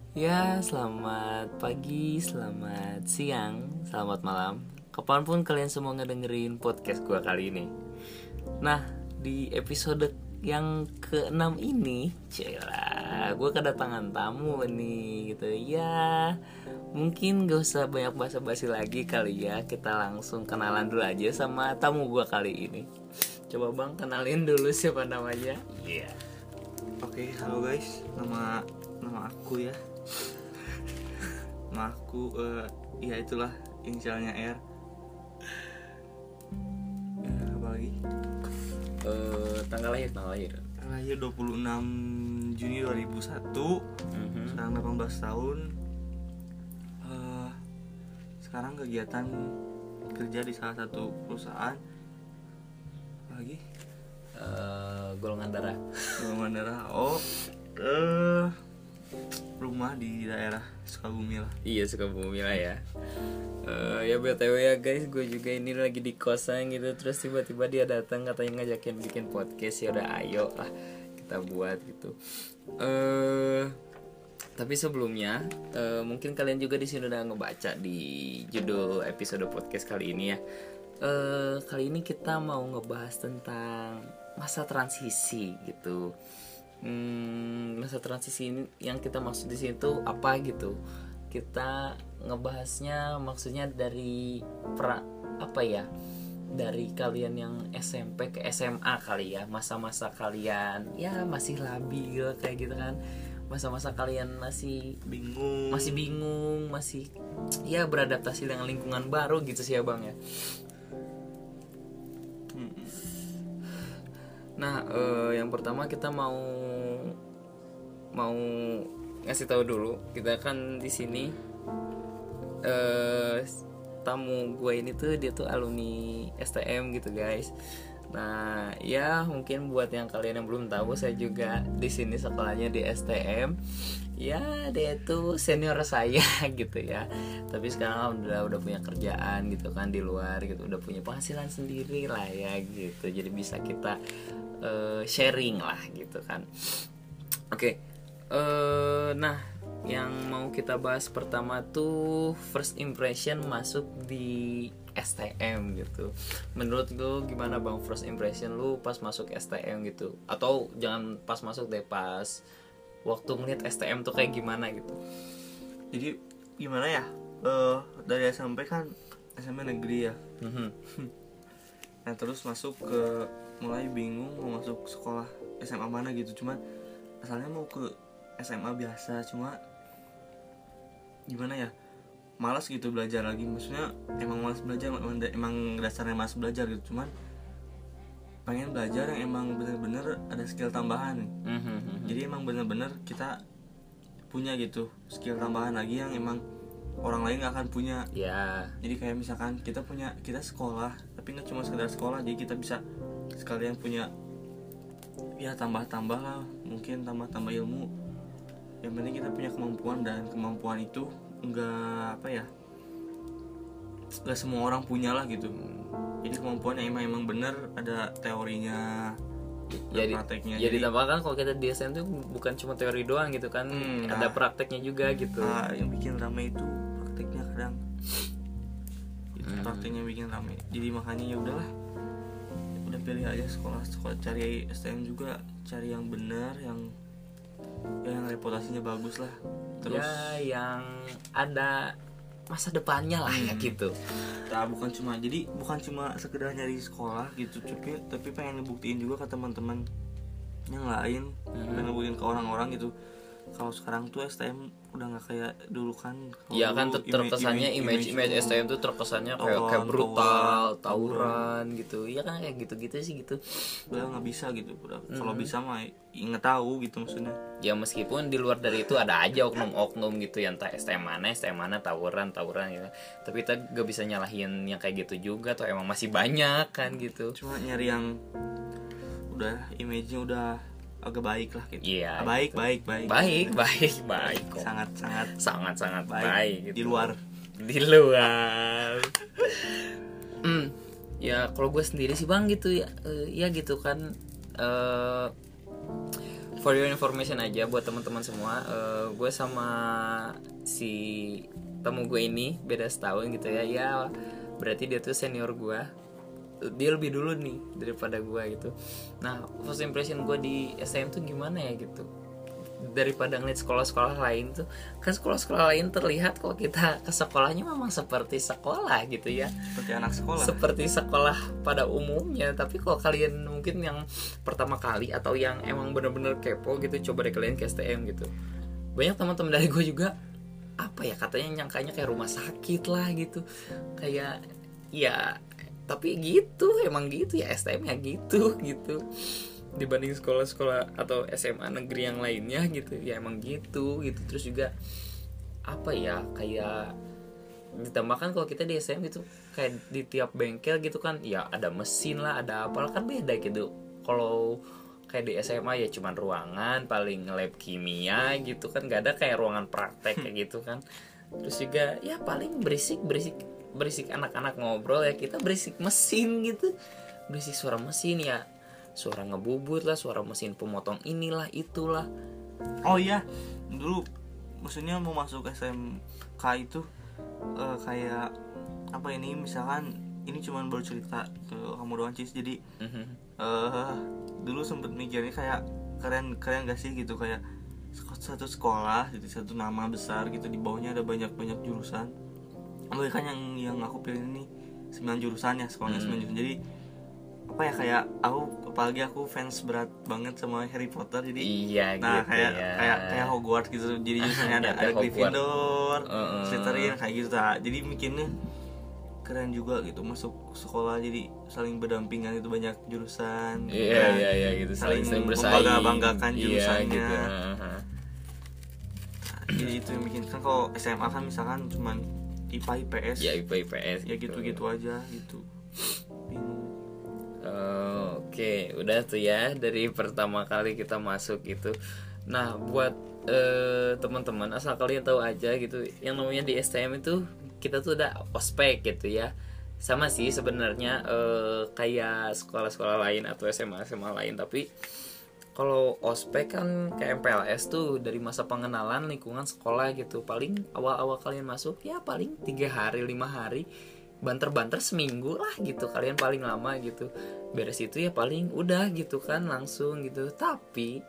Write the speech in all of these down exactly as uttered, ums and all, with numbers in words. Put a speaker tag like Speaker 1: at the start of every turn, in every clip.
Speaker 1: Ya, selamat pagi, selamat siang, selamat malam. Kapanpun kalian semua ngedengerin podcast gue kali ini. Nah, di episode yang keenam ini, cila, gue kedatangan tamu nih gitu ya. Mungkin gak usah banyak basa-basi lagi kali ya. Kita langsung kenalan dulu aja sama tamu gue kali ini. Coba bang, kenalin dulu siapa namanya. Iya.
Speaker 2: Yeah. Oke, halo guys, nama nama aku ya. Nama aku, uh, ya itulah inisialnya R. Ya, apa lagi?
Speaker 1: Uh, tanggal lahir, tanggal lahir.
Speaker 2: Tanggal lahir dua puluh enam Juni dua ribu satu. Mm-hmm. Sekarang delapan belas tahun. Uh, sekarang kegiatan kerja di salah satu perusahaan. Apa lagi?
Speaker 1: Uh, golongan darah.
Speaker 2: Golongan darah. Oh, uh, rumah di daerah Sukabumi lah.
Speaker 1: Iya, Sukabumi lah ya. Uh, ya B T W ya guys, gue juga ini lagi di kosan gitu. Terus tiba-tiba dia datang katanya ngajakin bikin podcast. Ya udah ayo lah kita buat gitu. Uh, tapi sebelumnya uh, mungkin kalian juga di sini udah ngebaca di judul episode podcast kali ini ya. Uh, kali ini kita mau ngebahas tentang masa transisi gitu. Hmm, masa transisi ini yang kita maksud di sini tuh apa gitu? Kita ngebahasnya maksudnya dari pra, apa ya? Dari kalian yang S M P ke S M A kali ya, masa-masa kalian ya masih labil kayak gitu kan. Masa-masa kalian masih
Speaker 2: bingung,
Speaker 1: masih bingung, masih ya beradaptasi dengan lingkungan baru gitu sih ya Bang ya. Nah, eh, yang pertama kita mau mau ngasih tahu dulu, kita kan di sini eh, tamu gue ini tuh dia tuh alumni S T M gitu guys. Nah, ya mungkin buat yang kalian yang belum tahu, saya juga di sini sekolahnya di S T M. Ya, dia tuh senior saya gitu ya. Tapi sekarang alhamdulillah udah punya kerjaan gitu kan di luar gitu, udah punya penghasilan sendiri lah ya gitu. Jadi bisa kita uh, sharing lah gitu kan. Oke. Okay. Uh, nah, yang mau kita bahas pertama tuh first impression masuk di S T M gitu. Menurut lu gimana Bang, first impression lu pas masuk S T M gitu? Atau jangan pas masuk deh, pas waktu ngeliat S T M tuh kayak gimana gitu?
Speaker 2: Jadi gimana ya? Uh, dari S M P kan S M P negeri ya.
Speaker 1: Mm-hmm.
Speaker 2: Nah terus masuk ke, mulai bingung mau masuk sekolah S M A mana gitu. Cuma asalnya mau ke S M A biasa, cuma gimana ya, malas gitu belajar lagi. Maksudnya emang malas belajar, emang, emang dasarnya malas belajar gitu. Cuman pengen belajar yang emang bener-bener ada skill tambahan.
Speaker 1: Mm-hmm.
Speaker 2: Jadi emang bener-bener kita punya gitu skill tambahan lagi yang emang orang lain gak akan punya.
Speaker 1: Ya.
Speaker 2: Jadi kayak misalkan kita punya, kita sekolah tapi gak cuma sekedar sekolah, jadi kita bisa sekalian punya ya tambah-tambah lah, mungkin tambah-tambah ilmu. Yang penting kita punya kemampuan, dan kemampuan itu enggak apa ya, enggak semua orang punya lah gitu. Jadi kemampuan yang emang emang bener, ada teorinya,
Speaker 1: jadi
Speaker 2: prakteknya.
Speaker 1: Ya ditambahkan kalau kita di S M tuh bukan cuma teori doang gitu kan, hmm, ada nah, prakteknya juga gitu.
Speaker 2: Nah, yang bikin rame itu prakteknya kadang. Itu hmm. prakteknya bikin rame. Jadi makanya ya udahlah, udah pilih aja sekolah, sekolah cari S T M juga, cari yang benar, yang ya yang reputasinya bagus lah. Terus
Speaker 1: ya yang ada masa depannya lah ya gitu.
Speaker 2: Nah, bukan cuma jadi bukan cuma sekedar nyari sekolah gitu, tapi tapi pengen ngebuktiin juga ke teman-teman yang lain, hmm. pengen ngebuktiin ke orang-orang gitu. Kalau sekarang tuh S T M udah nggak kayak dulu kan.
Speaker 1: Iya kan, ter- terkesannya image image, image S T M tuh terkesannya kayak tawuran, kayak brutal, tawuran, tawuran gitu. Iya kan kayak gitu-gitu sih gitu.
Speaker 2: Udah nggak bisa gitu, udah. Hmm. Kalau bisa mah nggak tahu gitu maksudnya.
Speaker 1: Ya meskipun di luar dari itu ada aja oknum-oknum gitu yang entah S T M mana, S T M mana tawuran, tawuran gitu. Tapi kita gak bisa nyalahin yang kayak gitu juga, tuh emang masih banyak kan gitu.
Speaker 2: Cuma nyari yang udah image-nya udah agak baik lah gitu.
Speaker 1: Iya.
Speaker 2: Ah, baik, gitu. baik, baik,
Speaker 1: baik, baik, baik, kok.
Speaker 2: Sangat, sangat,
Speaker 1: sangat, sangat baik. baik gitu.
Speaker 2: Di luar,
Speaker 1: di luar. hmm, ya kalau gue sendiri sih Bang gitu ya, uh, ya gitu kan. Uh, for your information aja buat teman-teman semua, uh, gue sama si temu gue ini beda setahun gitu ya. Ya berarti dia tuh senior gue, dia lebih dulu nih daripada gue gitu. Nah first impression gue di S M tuh gimana ya gitu, daripada ngeliat sekolah-sekolah lain tuh, kan sekolah-sekolah lain terlihat kalau kita ke sekolahnya memang seperti sekolah gitu ya,
Speaker 2: seperti anak sekolah,
Speaker 1: seperti sekolah pada umumnya. Tapi kalau kalian mungkin yang pertama kali atau yang emang bener-bener kepo gitu, coba deh kalian ke S T M gitu. Banyak teman-teman dari gue juga apa ya, katanya nyangkanya kayak rumah sakit lah gitu, kayak ya tapi gitu, emang gitu ya S T M ya gitu gitu dibanding sekolah-sekolah atau S M A negeri yang lainnya gitu ya, emang gitu gitu. Terus juga apa ya, kayak ditambahkan kalau kita di S M gitu kayak di tiap bengkel gitu kan ya ada mesin lah, ada apalah, kan beda gitu. Kalau kayak di S M A ya cuman ruangan paling lab kimia gitu kan, gak ada kayak ruangan praktek kayak gitu kan. Terus juga ya paling berisik berisik berisik anak-anak ngobrol ya, kita berisik mesin gitu, berisik suara mesin ya, suara ngebubut lah, suara mesin pemotong inilah itulah.
Speaker 2: Oh iya, dulu maksudnya mau masuk S M K itu uh, kayak apa ini, misalkan ini cuman baru cerita ke kamu doang Cis, jadi mm-hmm. uh, dulu sempet mikirnya kayak keren keren gak sih gitu, kayak satu sekolah jadi satu nama besar gitu, di bawahnya ada banyak banyak jurusan. Oh kan yang yang aku pilih ini sembilan jurusan ya, sekolahnya mm-hmm. sembilan jurusan, jadi apa ya, kayak aku apalagi aku fans berat banget sama Harry Potter, jadi
Speaker 1: iya,
Speaker 2: nah
Speaker 1: gitu
Speaker 2: kayak
Speaker 1: ya.
Speaker 2: kayak kayak Hogwarts gitu, jadi jurusannya ada ada Gryffindor, uh-uh. Slytherin kayak gitu ta. Jadi mikirnya keren juga gitu masuk sekolah, jadi saling berdampingan itu banyak jurusan,
Speaker 1: iya iya iya gitu,
Speaker 2: saling,
Speaker 1: saling
Speaker 2: membangga-banggakan jurusannya.
Speaker 1: Iya, gitu. Uh-huh.
Speaker 2: Nah, jadi itu yang bikin, kan kalau S M A kan misalkan cuman I P A I P S
Speaker 1: ya, I P A I P S
Speaker 2: ya gitu gitu aja gitu, bingung.
Speaker 1: Oh, oke, okay. Udah tuh ya dari pertama kali kita masuk gitu. Nah buat uh, teman-teman asal kalian tahu aja gitu, yang namanya di S T M itu kita tuh ada ospek gitu ya. Sama sih sebenarnya uh, kayak sekolah-sekolah lain atau S M A S M A lain, tapi kalau ospek kan kayak M P L S tuh dari masa pengenalan lingkungan sekolah gitu. Paling awal-awal kalian masuk ya paling tiga hari lima hari, banter-banter seminggu lah gitu, kalian paling lama gitu. Beres itu ya paling udah gitu kan langsung gitu. Tapi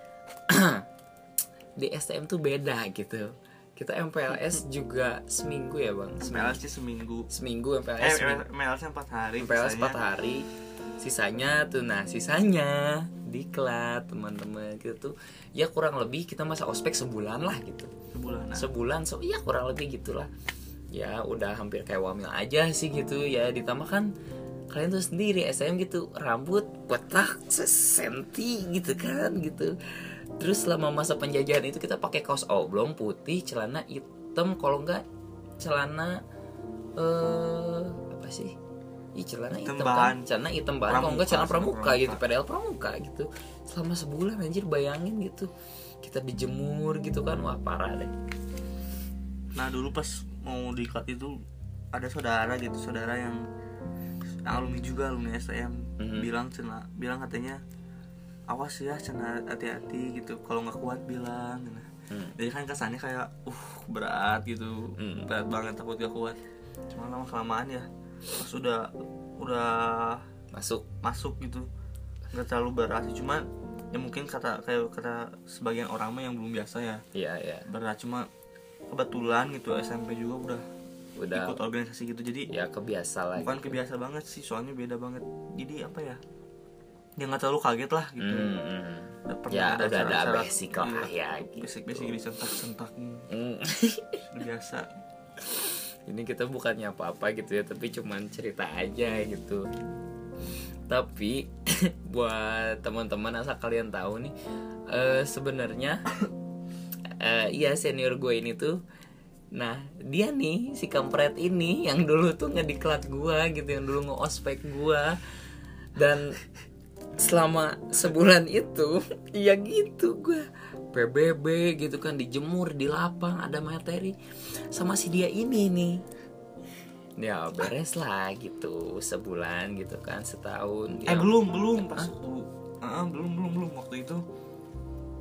Speaker 1: di S T M tuh beda gitu. Kita M P L S juga seminggu ya bang.
Speaker 2: M P L S sih seminggu.
Speaker 1: Seminggu M P L S.
Speaker 2: Eh, M P L S empat hari.
Speaker 1: M P L S empat hari. Sisanya tuh, nah sisanya diklat teman-teman gitu tuh. Ya kurang lebih kita masa ospek sebulan lah gitu.
Speaker 2: Sebulan. Nah.
Speaker 1: Sebulan, so iya kurang lebih gitulah. Ya udah hampir kayak wamil aja sih gitu ya. Ditambah kan kalian tuh sendiri S M gitu, rambut botak sesenti gitu kan gitu. Terus selama masa penjajahan itu kita pakai kaos oblong putih, celana hitam, kalau enggak celana eh apa sih? Ih celana hitam kan, celana hitam banget, kalau enggak celana pramuka, pramuka gitu, P D L pramuka gitu. Selama sebulan anjir, bayangin gitu. Kita dijemur gitu kan, wah parah deh.
Speaker 2: Nah dulu pas mau diklat itu ada saudara gitu, saudara yang alumni juga, alumni S T M, mm-hmm. bilang cena, bilang katanya awas ya cena, hati-hati gitu, kalau nggak kuat bilang. Nah, mm. jadi kan kesannya kayak uh berat gitu, mm. berat banget, takut gak kuat. Cuma lama kelamaan ya, pas udah udah
Speaker 1: masuk
Speaker 2: masuk gitu, nggak terlalu berat sih, cuma ya mungkin kata kayak kata sebagian orang mah yang belum biasa ya,
Speaker 1: iya iya
Speaker 2: berat. Cuma kebetulan gitu S M P juga udah udah ikut organisasi gitu, jadi
Speaker 1: ya kebiasa lah,
Speaker 2: bukan
Speaker 1: gitu.
Speaker 2: kebiasa banget sih, soalnya beda banget, jadi apa ya, ya nggak terlalu kaget lah gitu.
Speaker 1: Mm-hmm.
Speaker 2: Udah pernah
Speaker 1: ya
Speaker 2: ada
Speaker 1: udah ada
Speaker 2: cara-cara,
Speaker 1: basic lah
Speaker 2: iya,
Speaker 1: ya gitu.
Speaker 2: basic-basic disentak-sentak
Speaker 1: mm.
Speaker 2: sudah biasa.
Speaker 1: Ini kita bukannya apa-apa gitu ya, tapi cuman cerita aja gitu. Tapi buat teman-teman asal kalian tahu nih, uh, sebenarnya uh, iya senior gue ini tuh, nah dia nih si kampret ini yang dulu tuh ngediklat gue gitu, yang dulu nge-ospek gue. Dan selama sebulan itu ya gitu gue P B B gitu kan, dijemur di lapang, ada materi sama si dia ini nih. Ya beres lah gitu sebulan gitu kan, setahun.
Speaker 2: Eh
Speaker 1: ya.
Speaker 2: belum belum pas uh, uh, belum belum belum waktu itu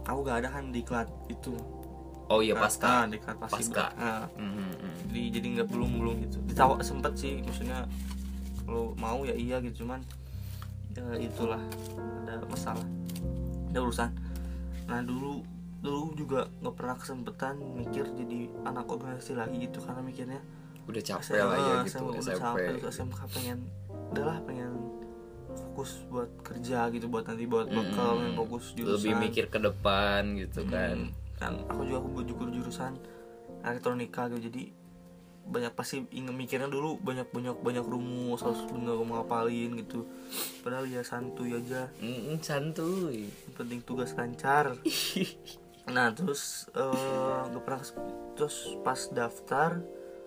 Speaker 2: aku gak ada kan di klat itu.
Speaker 1: Oh iya pasca.
Speaker 2: Ah, di klat
Speaker 1: Pasca.
Speaker 2: Nah,
Speaker 1: Mm-hmm.
Speaker 2: jadi jadi nggak belum belum gitu. Ditawa sempet sih, maksudnya kalau mau ya iya gitu, cuman ya itulah ada masalah, ada urusan. Nah dulu dulu juga nggak pernah kesempatan mikir jadi anak organisasi lagi gitu, karena mikirnya
Speaker 1: Udah capek lah ya gitu
Speaker 2: udah
Speaker 1: S M P.
Speaker 2: capek, terus S M K pengen udahlah pengen fokus buat kerja gitu, buat nanti buat bekal,
Speaker 1: Mm-mm.
Speaker 2: yang fokus jurusan.
Speaker 1: Lebih mikir ke depan gitu kan.
Speaker 2: Kan aku juga aku buat jurusan elektronika gitu, jadi banyak pasti ingin mikirnya dulu banyak banyak banyak rumus harus bener mau ngapalin gitu, padahal ya santuy aja.
Speaker 1: Mm, santuy.
Speaker 2: Yang penting tugas lancar. Nah terus uh, gak pernah, terus pas daftar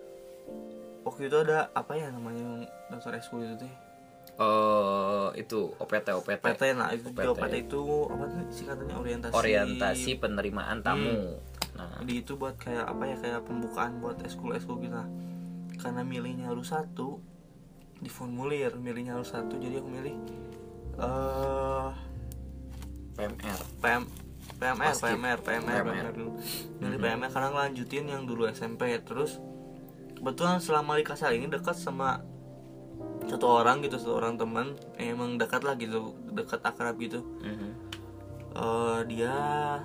Speaker 2: waktu itu ada apa ya namanya daftar eskul itu teh,
Speaker 1: Oh itu O P T O P T.
Speaker 2: P T. Nah itu
Speaker 1: O P T.
Speaker 2: O P T itu apa sih katanya, orientasi
Speaker 1: Orientasi penerimaan tamu.
Speaker 2: Hmm.
Speaker 1: Nah
Speaker 2: Jadi itu buat kayak apa ya, kayak pembukaan buat eskul-eskul kita. Karena milihnya harus satu di formulir, milihnya harus satu, jadi aku milih uh,
Speaker 1: P M R.
Speaker 2: P M P M R P M R P M R, P M R dulu. Milih P M R karena ngelanjutin yang dulu S M P. Terus kebetulan selama di Kasar ini dekat sama satu orang gitu, satu orang teman, emang dekat lah gitu, dekat akrab gitu.
Speaker 1: Mm-hmm.
Speaker 2: Uh, dia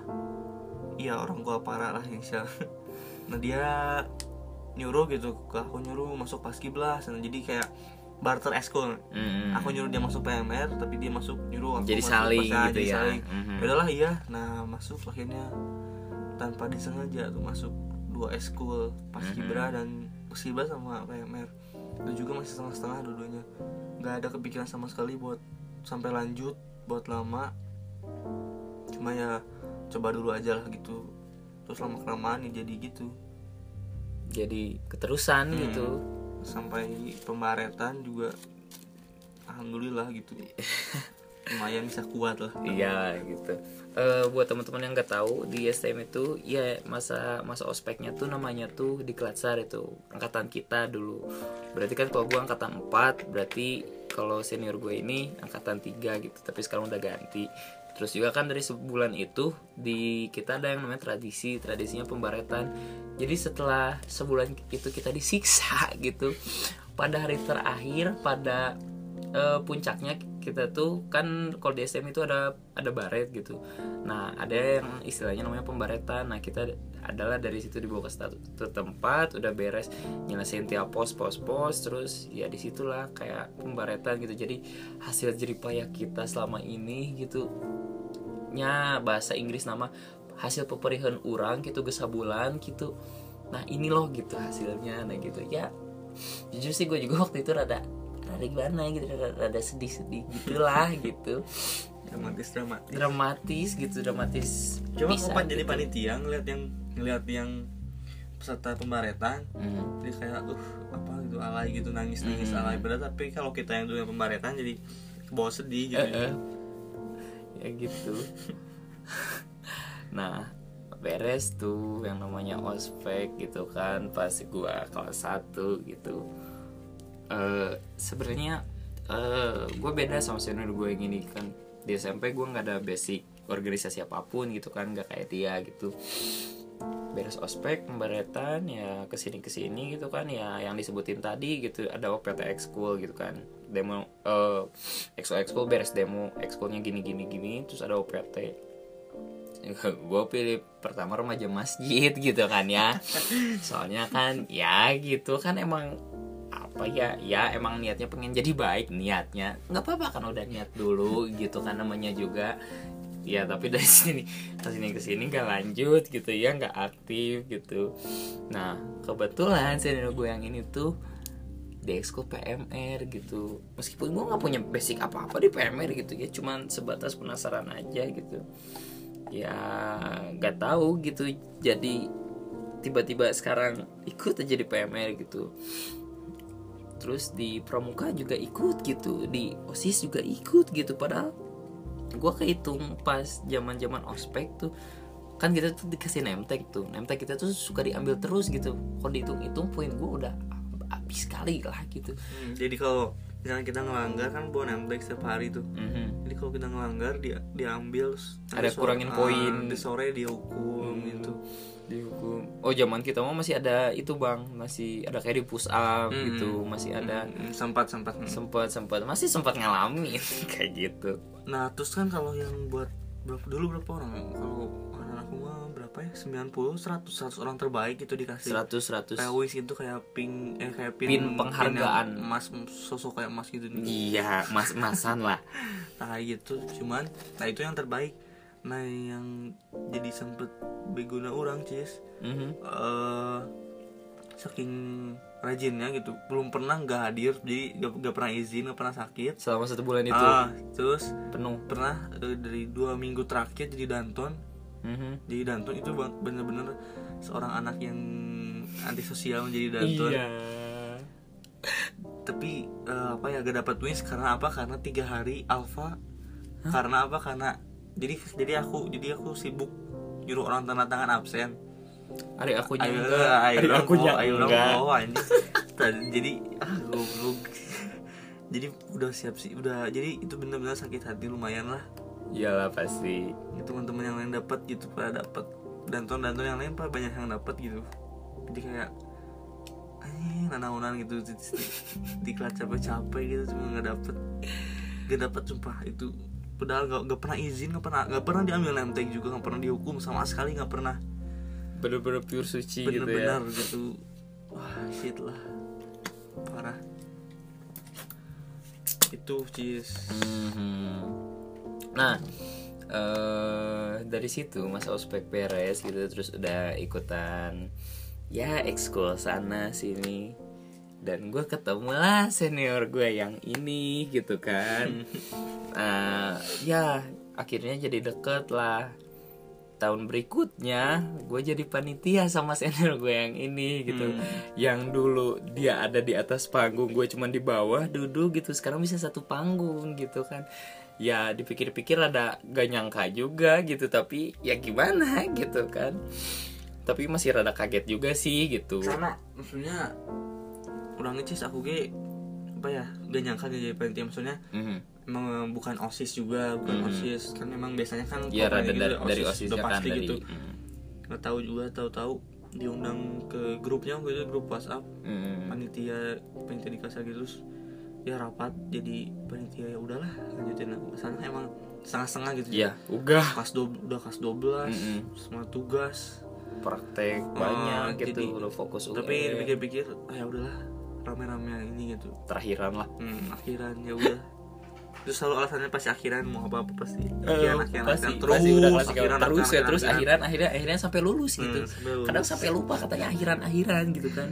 Speaker 2: iya orang tua parah lah insya. Nah dia nyuruh gitu ke aku, nyuruh masuk paskibras. Nah jadi kayak barter eskul.
Speaker 1: Mm-hmm.
Speaker 2: Aku nyuruh dia masuk P M R, tapi dia masuk nyuruh aku
Speaker 1: Jadi
Speaker 2: masuk
Speaker 1: saling
Speaker 2: pas-
Speaker 1: gitu
Speaker 2: jadi
Speaker 1: ya.
Speaker 2: saling.
Speaker 1: Mm-hmm.
Speaker 2: Udahlah iya. Nah masuk akhirnya tanpa disengaja tuh masuk dua eskul, paskibra
Speaker 1: Mm-hmm.
Speaker 2: dan paskibra sama P M R. Itu juga masih setengah-setengah dua-duanya. Gak ada kepikiran sama sekali buat sampai lanjut, buat lama. Cuma ya coba dulu aja lah gitu. Terus lama kelamaan ya jadi gitu.
Speaker 1: Jadi keterusan
Speaker 2: Hmm.
Speaker 1: gitu.
Speaker 2: Sampai pembaretan juga alhamdulillah gitu. Lumayan bisa kuat lah.
Speaker 1: Iya gitu. Eh buat teman-teman yang nggak tahu di S T M itu ya masa masa ospeknya tuh namanya tuh di Klatsar itu angkatan kita dulu. Berarti kan kalau gua angkatan empat, berarti kalau senior gue ini angkatan tiga gitu. Tapi sekarang udah ganti. Terus juga kan dari sebulan itu di kita ada yang namanya tradisi, tradisinya pembaretan. Jadi setelah sebulan itu kita disiksa gitu. Pada hari terakhir, pada uh, puncaknya kita tuh kan kalau di S M itu ada ada baret gitu. Nah ada yang istilahnya namanya pembaretan. Nah kita adalah dari situ dibawa ke satu tempat, udah beres nyelesain tiap pos pos pos, terus ya disitulah kayak pembaretan gitu. Jadi hasil jeripayah kita selama ini gitu, nya bahasa Inggris nama hasil peperihan urang gitu gesabulan gitu. Nah ini loh gitu hasilnya. Nah gitu ya, jujur sih gue juga waktu itu rada rada gimana gitu, rada, rada sedih-sedih gitulah gitu.
Speaker 2: Dramatis dramatis.
Speaker 1: Dramatis gitu, dramatis.
Speaker 2: Coba
Speaker 1: bisa
Speaker 2: kapan jadi
Speaker 1: gitu.
Speaker 2: panitia ngeliat yang ngeliat yang peserta pembaretan,
Speaker 1: Hmm.
Speaker 2: jadi kayak uh apa gitu alay gitu, nangis nangis
Speaker 1: Hmm.
Speaker 2: alay. Padahal tapi kalau kita yang dulu yang pembaretan jadi kebawa sedih gitu.
Speaker 1: Eh, eh. Ya gitu. Nah beres tuh yang namanya ospek gitu kan pas gua kelas satu gitu. Uh, sebenarnya uh, gue beda sama senior gue yang ini kan. Di S M P gue nggak ada basic organisasi apapun gitu kan, nggak kayak dia gitu. Beres ospek pembaretan ya kesini kesini gitu kan, ya yang disebutin tadi gitu, ada O P T ekskul gitu kan, demo uh, exco ekskul beres demo ekskulnya gini gini gini, terus ada O P T. Gue pilih pertama remaja masjid gitu kan ya, soalnya kan ya gitu kan emang apa ya ya emang niatnya pengen jadi baik, niatnya nggak apa-apa kan udah niat dulu gitu kan namanya juga ya. Tapi dari sini kesini kesini nggak lanjut gitu ya, nggak aktif gitu. Nah kebetulan senior gue yang ini tuh di ekskul P M R gitu, meskipun gue nggak punya basic apa apa di P M R gitu ya, cuman sebatas penasaran aja gitu ya, nggak tahu gitu. Jadi tiba-tiba sekarang ikut aja di P M R gitu. Terus di pramuka juga ikut gitu, di OSIS juga ikut gitu. Padahal gue kehitung pas zaman-zaman ospek tuh kan kita tuh dikasih nemtek tuh, nemtek kita tuh suka diambil terus gitu. Kalau dihitung-hitung poin gue udah habis sekali lah gitu.
Speaker 2: Hmm, jadi kalau misalnya kita ngelanggar kan bawa name tag setiap hari tuh.
Speaker 1: Mhm.
Speaker 2: Jadi kalau kita ngelanggar dia diambil,
Speaker 1: Ada kurangin poin.
Speaker 2: Di sore dia hukum
Speaker 1: Hmm.
Speaker 2: gitu.
Speaker 1: Dihukum. Oh zaman kita mah masih ada itu bang, masih ada kayak di push up
Speaker 2: Hmm.
Speaker 1: gitu, masih ada
Speaker 2: Hmm, sempat sempat. Hmm.
Speaker 1: sempat sempat masih sempat ngalamin kayak gitu.
Speaker 2: Nah terus kan kalau yang buat berapa dulu berapa orang? Kalau anak-anakku mah berapa ya? sembilan puluh, seratus, seratus orang terbaik itu dikasih.
Speaker 1: seratus seratus
Speaker 2: Kayak wis itu kayak pin eh kayak pin,
Speaker 1: Pin penghargaan.
Speaker 2: yang emas, sosok kayak emas gitu.
Speaker 1: Iya, mas-masan lah.
Speaker 2: Nah gitu, cuman nah itu yang terbaik. Nah yang jadi sempet beguna orang cis
Speaker 1: Mhm.
Speaker 2: eh saking rajinnya gitu, belum pernah nggak hadir, jadi nggak nggak pernah izin, nggak pernah sakit.
Speaker 1: Selama satu bulan itu
Speaker 2: Ah, terus
Speaker 1: penuh.
Speaker 2: pernah eh, dari dua minggu terakhir jadi danton.
Speaker 1: Mhm.
Speaker 2: Jadi danton itu bang- bener-bener seorang anak yang antisosial menjadi danton.
Speaker 1: Iya.
Speaker 2: Tapi eh, apa ya gak dapat wins karena apa? Karena tiga hari alpha. Karena apa? Karena jadi jadi aku jadi aku sibuk nyuruh orang tanda tangan absen.
Speaker 1: Adik aku
Speaker 2: Ayo,
Speaker 1: enggak.
Speaker 2: ayo,
Speaker 1: Adik
Speaker 2: dong,
Speaker 1: aku
Speaker 2: bawa, ayo dong,
Speaker 1: enggak.
Speaker 2: bawa, anjing. Tadi- Jadi ah goblok. Jadi udah siap sih, udah jadi itu bener-bener sakit hati lumayan lah.
Speaker 1: Iyalah pasti.
Speaker 2: Gitu, teman-teman yang lain dapat gitu, pada dapat danton-danton yang lain pak banyak yang dapat gitu. Jadi kayak anjing nanaunan gitu di, di, diklat capek-capek gitu cuma nggak dapet nggak dapet sumpah itu. Padahal nggak nggak pernah izin, nggak pernah nggak pernah diambil name tag juga, nggak pernah dihukum sama sekali, nggak pernah.
Speaker 1: Bener-bener pure suci gitu ya.
Speaker 2: Bener-bener gitu. Wah shit lah, parah. Itu cis.
Speaker 1: Mhm. Nah, eh dari situ masa ospek beres gitu, terus udah ikutan ya ekskul sana sini, dan gue ketemu lah senior gue yang ini gitu kan. Nah, ya akhirnya jadi deket lah. Tahun berikutnya gue jadi panitia sama senior gue yang ini gitu.
Speaker 2: Hmm.
Speaker 1: Yang dulu dia ada di atas panggung, gue cuma di bawah duduk gitu, sekarang bisa satu panggung gitu kan. Ya dipikir-pikir ada gak nyangka juga gitu, tapi ya gimana gitu kan. Tapi masih rada kaget juga sih gitu.
Speaker 2: Karena maksudnya orang ngecis aku ge apa ya gak nyangka dia jadi panitia, maksudnya
Speaker 1: Mhm.
Speaker 2: emang bukan osis juga, bukan
Speaker 1: Hmm.
Speaker 2: osis kan, memang biasanya kan
Speaker 1: Ya
Speaker 2: kalau
Speaker 1: rada
Speaker 2: kayak
Speaker 1: dari,
Speaker 2: gitu,
Speaker 1: dari osis
Speaker 2: udah
Speaker 1: ya kan
Speaker 2: pasti
Speaker 1: dari
Speaker 2: gitu.
Speaker 1: mhm.
Speaker 2: Nggak tahu juga, tahu-tahu diundang ke grupnya gitu, grup WhatsApp
Speaker 1: Mhm.
Speaker 2: panitia panitia di kasar gitu, terus ya rapat jadi panitia, ya udahlah lanjutin aku kesana. Emang setengah-setengah gitu
Speaker 1: Ya udah
Speaker 2: kelas dua udah kelas dua belas
Speaker 1: Mm-mm.
Speaker 2: semua tugas.
Speaker 1: praktek
Speaker 2: Oh,
Speaker 1: banyak gitu,
Speaker 2: jadi-
Speaker 1: udah fokus U N.
Speaker 2: Tapi pikir-pikir ah, ya udahlah rame-rame yang ini gitu.
Speaker 1: terakhiran lah.
Speaker 2: Hmm, akhiran ya udah. Terus selalu alasannya pasti akhiran, mau apa apa pasti
Speaker 1: Eh,
Speaker 2: akhiran akhiran
Speaker 1: pasti,
Speaker 2: akhiran. terus
Speaker 1: pasti udah klasik
Speaker 2: akhiran,
Speaker 1: terus ya
Speaker 2: akhiran,
Speaker 1: terus
Speaker 2: akhiran.
Speaker 1: akhiran akhirnya akhirnya sampai lulus gitu.
Speaker 2: Hmm, sampai lulus.
Speaker 1: Kadang sampai lupa katanya akhiran akhiran gitu kan.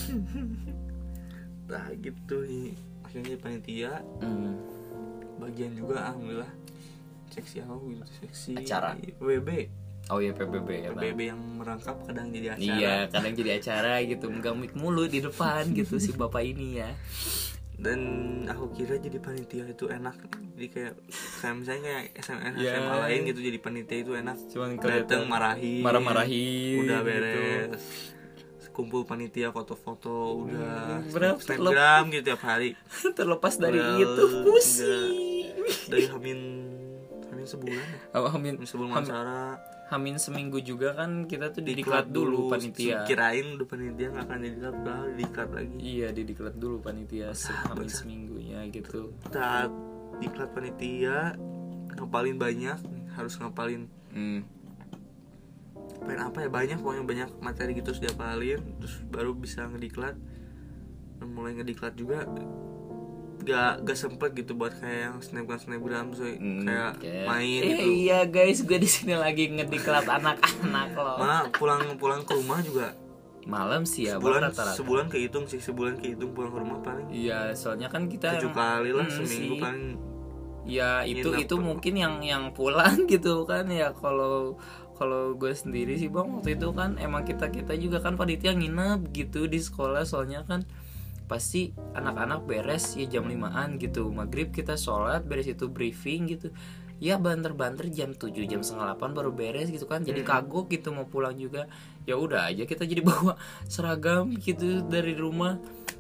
Speaker 2: Nah gitu nih akhirnya jadi panitia
Speaker 1: Hmm.
Speaker 2: bagian juga alhamdulillah seksi apa gitu, seksi
Speaker 1: Acara.
Speaker 2: P B B
Speaker 1: Oh iya P B B ya
Speaker 2: P B
Speaker 1: bang.
Speaker 2: B yang merangkap kadang jadi acara.
Speaker 1: Iya kadang jadi acara gitu, megang mic mulu di depan gitu si bapak ini ya.
Speaker 2: Dan aku kira jadi panitia itu enak, jadi kayak kayak misalnya kayak S M S
Speaker 1: Ya.
Speaker 2: S M A lain gitu, jadi panitia itu enak.
Speaker 1: Cuman
Speaker 2: Dateng
Speaker 1: kelihatan
Speaker 2: marahin,
Speaker 1: marah-marahin
Speaker 2: udah
Speaker 1: gitu.
Speaker 2: beres, kumpul panitia foto-foto udah
Speaker 1: Hmm, berapa?
Speaker 2: snapgram gitu tiap hari.
Speaker 1: Terlepas dari
Speaker 2: Udah,
Speaker 1: itu pusing.
Speaker 2: Dari hamin hamin sebulan ya,
Speaker 1: Oh, hamin,
Speaker 2: hamin sebelum
Speaker 1: ham-
Speaker 2: acara
Speaker 1: hamin seminggu juga kan kita tuh
Speaker 2: diklat
Speaker 1: didiklat dulu panitia.
Speaker 2: kirain udah panitia nggak akan didiklat, udah diklat lagi.
Speaker 1: Iya didiklat dulu panitia se- hamin seminggunya gitu.
Speaker 2: Saat diklat panitia ngapalin banyak, harus ngapalin
Speaker 1: Hmm.
Speaker 2: main apa ya, banyak pokoknya banyak materi gitu harus diapalin, terus baru bisa ngediklat. Dan mulai ngediklat juga gak gak sempet gitu buat kayak yang snapgram snapgram terus
Speaker 1: Hmm,
Speaker 2: kayak
Speaker 1: kayak,
Speaker 2: main
Speaker 1: eh,
Speaker 2: gitu.
Speaker 1: iya guys, gue di sini lagi ngediklat anak-anak loh.
Speaker 2: Malah pulang pulang ke rumah juga
Speaker 1: Malam sih ya,
Speaker 2: sebulan
Speaker 1: Bang, rata-rata.
Speaker 2: sebulan kehitung sih, sebulan kehitung pulang ke rumah paling
Speaker 1: Iya, soalnya kan kita
Speaker 2: tujuh
Speaker 1: emang-
Speaker 2: kali lah
Speaker 1: Hmm,
Speaker 2: seminggu
Speaker 1: sih.
Speaker 2: paling.
Speaker 1: Ya itu
Speaker 2: Nginep
Speaker 1: itu
Speaker 2: tuh.
Speaker 1: mungkin yang yang pulang gitu kan ya. Kalau kalau gue sendiri sih bang, waktu itu kan emang kita kita juga kan panitia nginep gitu di sekolah, soalnya kan pasti anak-anak beres ya jam limaan gitu, maghrib kita sholat, beres itu briefing gitu ya, banter-banter jam tujuh jam setengah delapan baru beres gitu kan. Jadi
Speaker 2: Hmm.
Speaker 1: kagok gitu mau pulang juga, ya udah aja kita jadi bawa seragam gitu dari rumah.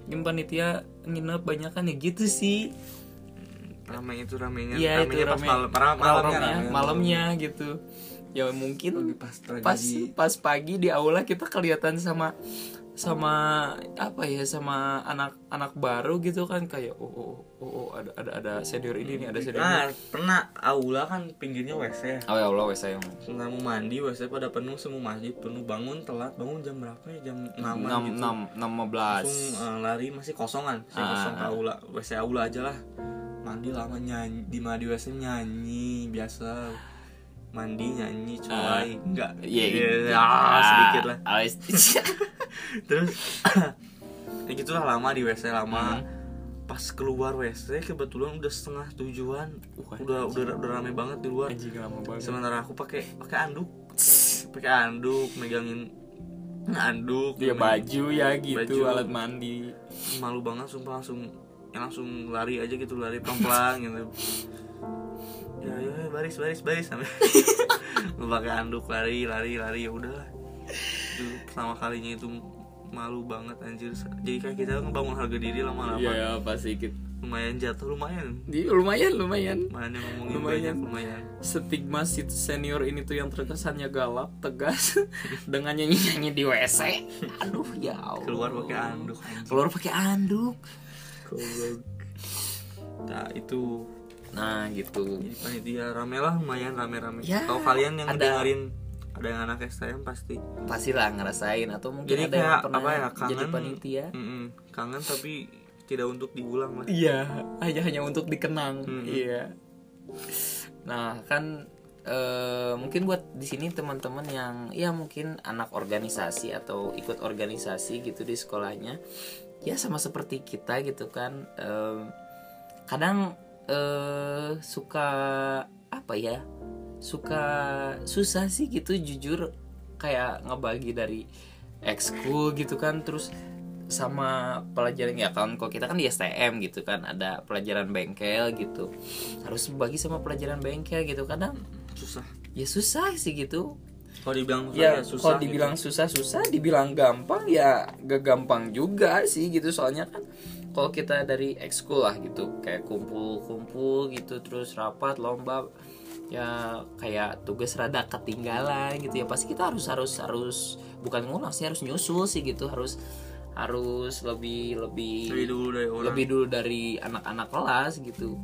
Speaker 1: Yang panitia nginep banyak kan ya gitu sih.
Speaker 2: Ramai itu ramainya,
Speaker 1: Iya itu
Speaker 2: ramainya pas
Speaker 1: rame,
Speaker 2: malam, malam, malamnya,
Speaker 1: malamnya, malamnya gitu. Ya mungkin
Speaker 2: Lagi pas tragedi.
Speaker 1: pas pas pagi di aula kita kelihatan sama sama apa ya, sama anak-anak baru gitu kan, kayak oh oh oh, oh ada ada ada senior ini nih, ada senior
Speaker 2: Nah,
Speaker 1: ini.
Speaker 2: pernah aula kan pinggirnya W C.
Speaker 1: Oh ya Allah wes saya.
Speaker 2: Setelah mau mandi W C pada penuh, semua masjid penuh. Bangun telat, bangun jam berapa ya? Jam enam gitu.
Speaker 1: enam belas.
Speaker 2: Langsung uh, lari, masih kosongan, masih
Speaker 1: Ah,
Speaker 2: kosong
Speaker 1: ah.
Speaker 2: aula, W C aula aja lah. Mandi lama, nyanyi di mandi W C, nyanyi biasa. Mandi nyanyi cuy, enggak.
Speaker 1: Iya,
Speaker 2: Ya, sedikit lah.
Speaker 1: Awas.
Speaker 2: Terus ya gitulah, lama di W C lama.
Speaker 1: Hmm.
Speaker 2: Pas keluar W C kebetulan udah setengah tujuan.
Speaker 1: Uh,
Speaker 2: udah udah udah rame banget di luar.
Speaker 1: Anjing lama banget.
Speaker 2: Sementara aku pakai pakai anduk. Pakai anduk, megangin anduk.
Speaker 1: Dia baju ya gitu,
Speaker 2: Baju.
Speaker 1: alat mandi.
Speaker 2: Malu banget sumpah, langsung ya langsung lari aja gitu, lari pelan-pelan gitu. Ya ya ya, baris baris baris sampai pakai anduk, lari lari lari ya udah. Itu pertama kalinya itu malu banget anjir. Jadi kayak kita ngebangun harga diri lama-lama.
Speaker 1: Iya ya, pasti gitu.
Speaker 2: Lumayan jatuh, lumayan.
Speaker 1: Di lumayan lumayan.
Speaker 2: Lumayan yang ngomongin
Speaker 1: Lumayan.
Speaker 2: banyak, lumayan.
Speaker 1: Stigma si senior ini tuh yang terkesannya galak, tegas dengan nyanyi-nyanyi di W C. Aduh ya Allah.
Speaker 2: Keluar pakai anduk anjir.
Speaker 1: Keluar pakai anduk.
Speaker 2: Goblok. Nah, itu
Speaker 1: Nah, gitu.
Speaker 2: jadi panitia rame lah, lumayan rame-rame.
Speaker 1: Ya,
Speaker 2: Kalau kalian yang
Speaker 1: ada-
Speaker 2: dengerin ada yang anak S T M pasti.
Speaker 1: Pastilah ngerasain, atau mungkin
Speaker 2: Jadi
Speaker 1: ada
Speaker 2: kayak
Speaker 1: yang pernah
Speaker 2: apa ya, kangen.
Speaker 1: jadi panitia.
Speaker 2: Mm-mm, kangen tapi tidak untuk diulang lah.
Speaker 1: Iya, hanya hanya untuk dikenang.
Speaker 2: Hmm.
Speaker 1: Iya. Nah, kan eh, mungkin buat di sini teman-teman yang ya mungkin anak organisasi atau ikut organisasi gitu di sekolahnya, ya sama seperti kita gitu kan. Eh, kadang eh, suka apa ya? Suka susah sih gitu jujur, kayak ngebagi dari ekskul gitu kan, terus sama pelajaran ya kan, kalau kita kan di S T M gitu kan ada pelajaran bengkel gitu, harus bagi sama pelajaran bengkel gitu, kadang
Speaker 2: Susah.
Speaker 1: ya susah sih gitu.
Speaker 2: Kalau dibilang susah
Speaker 1: Ya
Speaker 2: ya susah.
Speaker 1: kalau dibilang susah-susah, dibilang gampang ya gak gampang juga sih gitu, soalnya kan kalau kita dari ekskul lah gitu, kayak kumpul-kumpul gitu, terus rapat lomba, ya kayak tugas rada ketinggalan gitu ya, pasti kita harus harus harus bukan ngulang sih, harus nyusul sih gitu, harus harus lebih lebih
Speaker 2: Lebih dulu dari orang.
Speaker 1: lebih dulu dari anak-anak kelas gitu.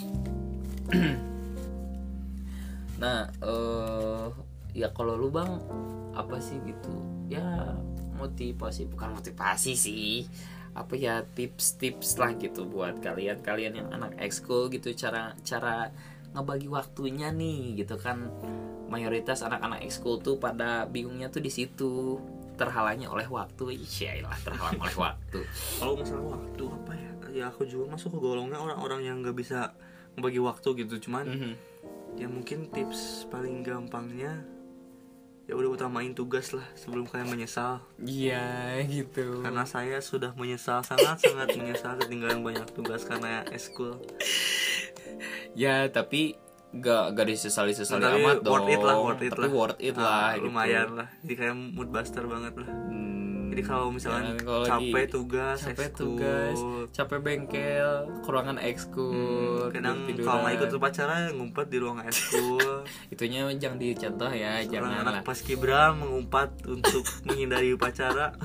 Speaker 1: Nah, eh ya kalau lu Bang apa sih gitu? Ya motivasi, bukan motivasi sih. Apa ya, tips-tips lah gitu buat kalian-kalian yang anak ekskul gitu, cara cara ngebagi waktunya nih gitu kan. Mayoritas anak-anak ekskul tuh pada bingungnya tuh di situ, terhalangnya oleh waktu. Iyalah, terhalang oleh waktu.
Speaker 2: Kalau masalah waktu apa ya? Ya aku juga masuk ke golongnya orang-orang yang nggak bisa ngebagi waktu gitu. Cuman
Speaker 1: Mhm.
Speaker 2: ya mungkin tips paling gampangnya ya udah utamain tugas lah sebelum kalian menyesal.
Speaker 1: Iya gitu.
Speaker 2: Karena saya sudah menyesal, sangat-sangat menyesal ketinggalan banyak tugas karena eskul.
Speaker 1: Ya tapi gak gak disesali-sesali
Speaker 2: Tapi
Speaker 1: amat dong.
Speaker 2: worth it lah, worth it
Speaker 1: tapi
Speaker 2: lah.
Speaker 1: worth it
Speaker 2: Ah,
Speaker 1: lah gitu.
Speaker 2: lumayan lah. Jadi kayak mood buster banget lah.
Speaker 1: Hmm,
Speaker 2: Jadi kalau misalnya
Speaker 1: ya, kalau lagi
Speaker 2: capek tugas,
Speaker 1: capek
Speaker 2: ekskul,
Speaker 1: tugas, capek bengkel, kurangan ekskul,
Speaker 2: hmm, kadang
Speaker 1: tidur-tiduran.
Speaker 2: kalau nggak ikut upacara ngumpet di ruang ekskul.
Speaker 1: Itunya jangan dicontoh ya,
Speaker 2: Seorang
Speaker 1: jangan
Speaker 2: anak
Speaker 1: lah.
Speaker 2: paskibra mengumpat untuk menghindari upacara.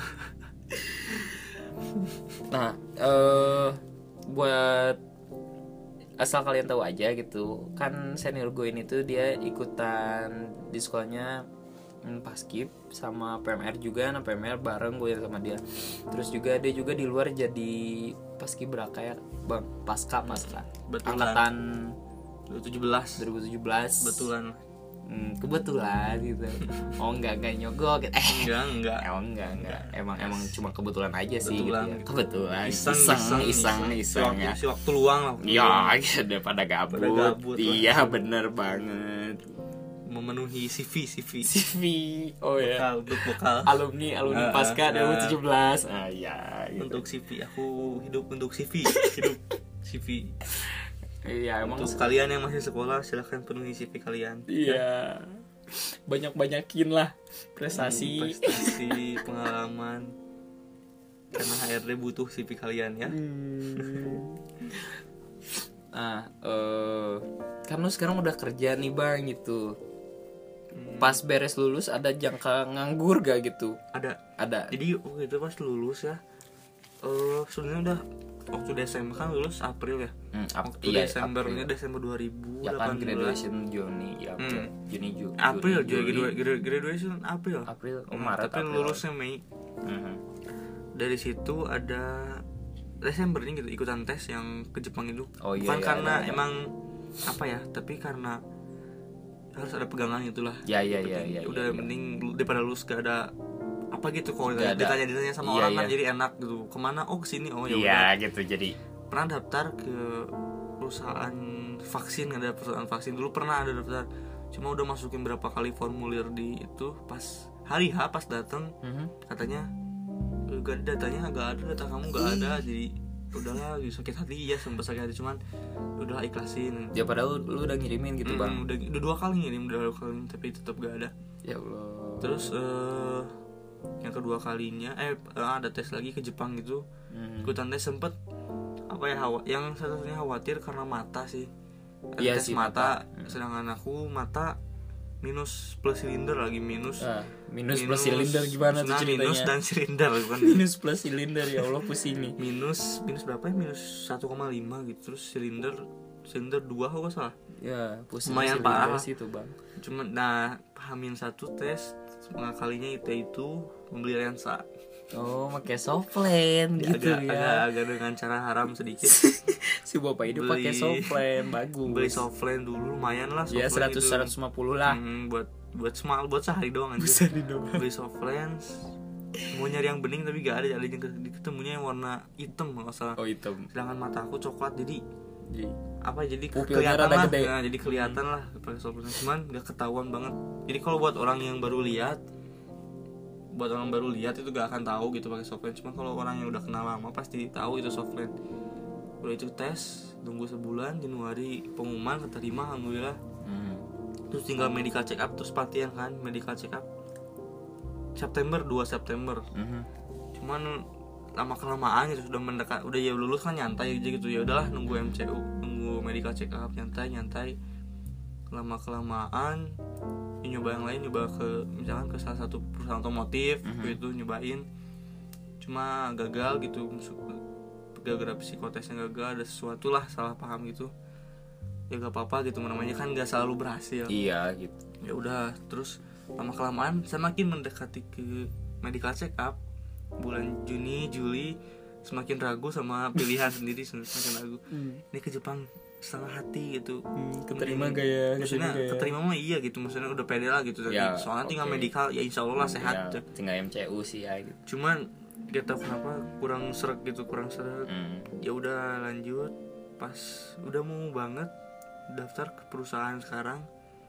Speaker 1: Nah, eh buat asal kalian tahu aja gitu, kan senior gue ini tuh dia ikutan di sekolahnya hmm, paskib sama P M R juga. Nah P M R bareng gue sama dia. Terus juga dia juga di luar jadi paskibra kayak bang pasca pasca
Speaker 2: Betulan.
Speaker 1: angkatan
Speaker 2: dua ribu tujuh belas.
Speaker 1: dua ribu tujuh belas.
Speaker 2: Betulan.
Speaker 1: Hmm, kebetulan gitu. Oh enggak enggak nyogok gitu. Eh
Speaker 2: Enggak, enggak.
Speaker 1: emang enggak enggak emang emang cuma kebetulan aja sih
Speaker 2: Kebetulan
Speaker 1: gitu ya.
Speaker 2: gitu.
Speaker 1: Kebetulan
Speaker 2: Iseng,
Speaker 1: iseng
Speaker 2: iseng,
Speaker 1: iseng
Speaker 2: iseng.
Speaker 1: iseng
Speaker 2: Si
Speaker 1: ya.
Speaker 2: waktu, si waktu luang lah. waktu
Speaker 1: Ya,
Speaker 2: luang.
Speaker 1: daripada gabut.
Speaker 2: Pada gabut lah.
Speaker 1: Iya, bener banget.
Speaker 2: Memenuhi C V, C V.
Speaker 1: C V. Oh ya.
Speaker 2: Bekal, untuk bekal.
Speaker 1: Alumni alumni
Speaker 2: Ah,
Speaker 1: pasca
Speaker 2: ah,
Speaker 1: dua ribu tujuh belas. Ah ya, gitu.
Speaker 2: Untuk C V, aku hidup untuk C V. Hidup C V.
Speaker 1: Iya, emang
Speaker 2: Untuk kalian yang masih sekolah, silahkan penuhi C V kalian.
Speaker 1: iya. Banyak-banyakin lah prestasi.
Speaker 2: Hmm, prestasi, pengalaman. karena H R D butuh C V kalian ya.
Speaker 1: Nah, eh kan lu sekarang udah kerja nih bang gitu. Pas beres lulus ada jangka nganggur gak gitu?
Speaker 2: Ada.
Speaker 1: Ada.
Speaker 2: Jadi waktu itu pas lulus ya, eh sebenarnya udah waktu Desember kan lulus April ya.
Speaker 1: Hmm, ap-
Speaker 2: Waktu
Speaker 1: iya,
Speaker 2: Desembernya
Speaker 1: April.
Speaker 2: Desember dua ribu
Speaker 1: Ya kan
Speaker 2: delapan belas.
Speaker 1: graduation Juni, ya April.
Speaker 2: Hmm.
Speaker 1: Juni, Ju-
Speaker 2: April
Speaker 1: Juni,
Speaker 2: juga
Speaker 1: Juli,
Speaker 2: gra- gra- graduation April.
Speaker 1: April, oh,
Speaker 2: Hmm,
Speaker 1: Maret,
Speaker 2: tapi
Speaker 1: April.
Speaker 2: lulusnya Mei.
Speaker 1: Mhm.
Speaker 2: Dari situ ada Desember ini gitu ikutan tes yang ke Jepang itu.
Speaker 1: Oh, iya,
Speaker 2: Bukan
Speaker 1: iya,
Speaker 2: karena
Speaker 1: ada, ada.
Speaker 2: emang apa ya, tapi karena harus ada pegangan itulah.
Speaker 1: Ya ya ya ya.
Speaker 2: Udah
Speaker 1: ya, ya.
Speaker 2: mending daripada lulus gak ada apa gitu, kalau
Speaker 1: Gak ada.
Speaker 2: ditanya-ditanya sama
Speaker 1: Iya,
Speaker 2: orang
Speaker 1: iya.
Speaker 2: kan jadi enak gitu. Kemana? Oh kesini. Oh ya
Speaker 1: Iya
Speaker 2: udah.
Speaker 1: gitu jadi.
Speaker 2: Pernah daftar ke perusahaan vaksin, ada perusahaan vaksin dulu pernah ada daftar. Cuma udah masukin berapa kali formulir di itu, pas hari H pas datang
Speaker 1: Mhm.
Speaker 2: katanya "E, gak ada datanya, gak ada data kamu gak ada." Jadi udahlah, sakit hati ya, sempat sakit hati, cuman udahlah ikhlasin.
Speaker 1: Ya padahal lu, lu udah ngirimin gitu
Speaker 2: Hmm,
Speaker 1: bang.
Speaker 2: udah udah dua kali ngirim, udah dua kali tapi tetap gak ada.
Speaker 1: Ya Allah.
Speaker 2: Terus eh yang kedua kalinya eh ada tes lagi ke Jepang gitu.
Speaker 1: Mhm.
Speaker 2: Ikutan tes sempet apa ya, hawa, yang satu-satunya khawatir karena mata sih. Ada
Speaker 1: Iya
Speaker 2: tes
Speaker 1: sih,
Speaker 2: mata,
Speaker 1: mata.
Speaker 2: sedangkan aku mata minus plus silinder lagi minus.
Speaker 1: Ah, minus, plus silinder gimana tuh
Speaker 2: nah,
Speaker 1: ceritanya?
Speaker 2: minus dan silinder bukan
Speaker 1: Minus plus silinder, ya Allah pusing nih.
Speaker 2: minus minus berapa ya, minus satu koma lima gitu. Terus silinder silinder dua kalau nggak salah.
Speaker 1: Ya pusing
Speaker 2: Lumayan
Speaker 1: silinder
Speaker 2: parah.
Speaker 1: sih tuh bang.
Speaker 2: Cuma nah hamin satu tes mengakalinya itu itu membeli lensa.
Speaker 1: Oh pakai softland gitu
Speaker 2: agak,
Speaker 1: ya.
Speaker 2: agak, agak dengan cara haram sedikit.
Speaker 1: Si bapak itu
Speaker 2: Beli-
Speaker 1: pakai softland bagus.
Speaker 2: Beli softland dulu lumayan lah.
Speaker 1: Ya
Speaker 2: softland
Speaker 1: seratus
Speaker 2: itu.
Speaker 1: seratus lima puluh lah.
Speaker 2: Hmm, buat buat semal buat sehari doang aja.
Speaker 1: Bisa di doang.
Speaker 2: Beli softland, mau nyari yang bening tapi gak ada, ada yang ketemunya yang warna hitam kalau nggak salah.
Speaker 1: Oh hitam.
Speaker 2: Sedangkan mata aku coklat, jadi
Speaker 1: Jadi
Speaker 2: apa jadi
Speaker 1: pupilnya
Speaker 2: kelihatan
Speaker 1: rada
Speaker 2: lah.
Speaker 1: gede.
Speaker 2: Nah, jadi kelihatan lah pakai softland, cuman gak ketahuan banget. Jadi kalau buat orang yang baru lihat, buat orang baru lihat itu gak akan tahu gitu pakai softland. Cuma kalau orang yang udah kenal lama pasti tahu itu softland. Udah itu tes, tunggu sebulan, Januari pengumuman keterima alhamdulillah.
Speaker 1: hmm.
Speaker 2: Terus tinggal medical check up, terus pelatihan kan, medical check up September, dua September.
Speaker 1: Mhm.
Speaker 2: Cuman lama kelamaan gitu sudah mendekat, udah ya lulus kan nyantai aja gitu, ya udahlah nunggu M C U, nunggu medical check up, nyantai nyantai. Lama kelamaan ya nyoba yang lain, nyoba ke misalkan ke salah satu perusahaan otomotif
Speaker 1: Mhm.
Speaker 2: gitu, nyobain cuma gagal gitu, gara-gara psikotesnya gagal, ada sesuatu lah salah paham gitu. Ya gak apa-apa gitu, namanya kan gak selalu berhasil.
Speaker 1: Iya gitu.
Speaker 2: Ya udah, terus lama kelamaan semakin mendekati ke medical check up bulan Juni Juli, semakin ragu sama pilihan sendiri, semakin ragu. Ini ke Jepang setengah hati gitu.
Speaker 1: Hmm, keterima
Speaker 2: Mending-
Speaker 1: gak ya?
Speaker 2: Maksudnya
Speaker 1: Keterima gak ya?
Speaker 2: keterima mah iya gitu, maksudnya udah pede lah gitu.
Speaker 1: Ya,
Speaker 2: Soalnya tinggal
Speaker 1: oke.
Speaker 2: medical ya insya Allah lah sehat.
Speaker 1: Ya, tinggal M C U sih ya gitu.
Speaker 2: Cuman gak tau kenapa kurang seret gitu, kurang seret.
Speaker 1: Hmm.
Speaker 2: Ya udah lanjut, pas udah mau banget daftar ke perusahaan sekarang,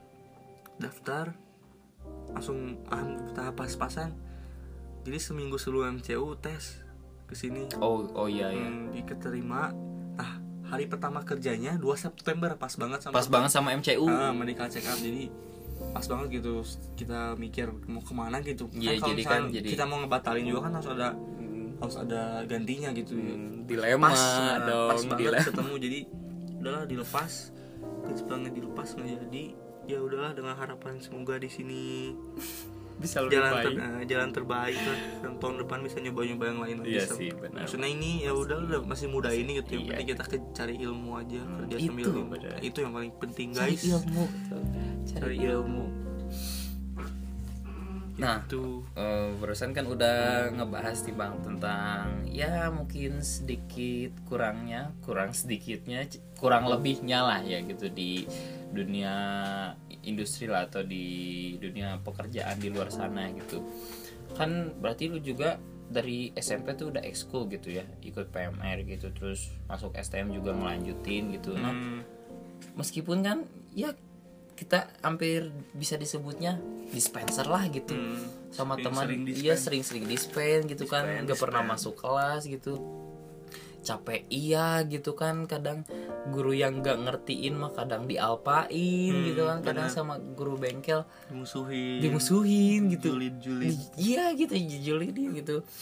Speaker 2: daftar langsung alhamdulillah tahap pas-pasan. Jadi seminggu sebelum M C U tes kesini.
Speaker 1: Oh oh iya ya.
Speaker 2: Hmm, diketerima. Nah hari pertama kerjanya dua September, pas banget sama
Speaker 1: Pas banget sama M C U.
Speaker 2: ah, medical check up. Jadi pas banget gitu, kita mikir mau kemana gitu.
Speaker 1: Iya,
Speaker 2: kalau
Speaker 1: jadi
Speaker 2: misalnya
Speaker 1: kan jadi-
Speaker 2: kita mau ngebatalin juga kan harus ada harus ada gantinya gitu.
Speaker 1: Hmm, dilema
Speaker 2: Pas, nah,
Speaker 1: dong,
Speaker 2: pas banget
Speaker 1: dilema.
Speaker 2: ketemu, jadi udahlah dilepas, ke Jepangnya dilepas nggak jadi. Ya udahlah dengan harapan semoga di sini
Speaker 1: Bisa lebih
Speaker 2: jalan ter,
Speaker 1: baik.
Speaker 2: eh, jalan terbaik lah, dan tahun depan bisa nyoba-nyoba yang lain lagi.
Speaker 1: Iya
Speaker 2: Sam-
Speaker 1: sih, benar.
Speaker 2: Maksudnya ini ya udah udah masih muda ini gitu, yang
Speaker 1: Iya.
Speaker 2: penting kita ke- cari ilmu aja, kerja
Speaker 1: itu
Speaker 2: sambil ilmu.
Speaker 1: benar.
Speaker 2: Itu yang paling penting
Speaker 1: Cari
Speaker 2: guys.
Speaker 1: ilmu. tuh. Cari
Speaker 2: Cari
Speaker 1: ilmu. Nah,
Speaker 2: Itu
Speaker 1: Eh, barusan kan udah ngebahas nih bang tentang ya mungkin sedikit kurangnya, kurang sedikitnya, c- kurang lebihnya lah ya gitu di dunia industri lah atau di dunia pekerjaan di luar sana gitu. Kan berarti lu juga dari S M P tuh udah ekskul gitu ya, ikut P M R gitu, terus masuk S T M juga ngelanjutin gitu. Nah,
Speaker 2: hmm,
Speaker 1: meskipun kan ya kita hampir bisa disebutnya dispenser lah gitu
Speaker 2: hmm,
Speaker 1: sama
Speaker 2: sering-
Speaker 1: teman
Speaker 2: sering
Speaker 1: iya
Speaker 2: dispen.
Speaker 1: sering-sering dispen gitu kan,
Speaker 2: Dispen,
Speaker 1: nggak pernah
Speaker 2: dispen.
Speaker 1: masuk kelas gitu, capek iya gitu kan, kadang guru yang nggak ngertiin mah kadang dialpain
Speaker 2: Hmm,
Speaker 1: gitu kan, kadang
Speaker 2: benar.
Speaker 1: sama guru bengkel
Speaker 2: dimusuhin,
Speaker 1: dimusuhin gitu,
Speaker 2: julid-julid.
Speaker 1: iya gitu, julidin gitu.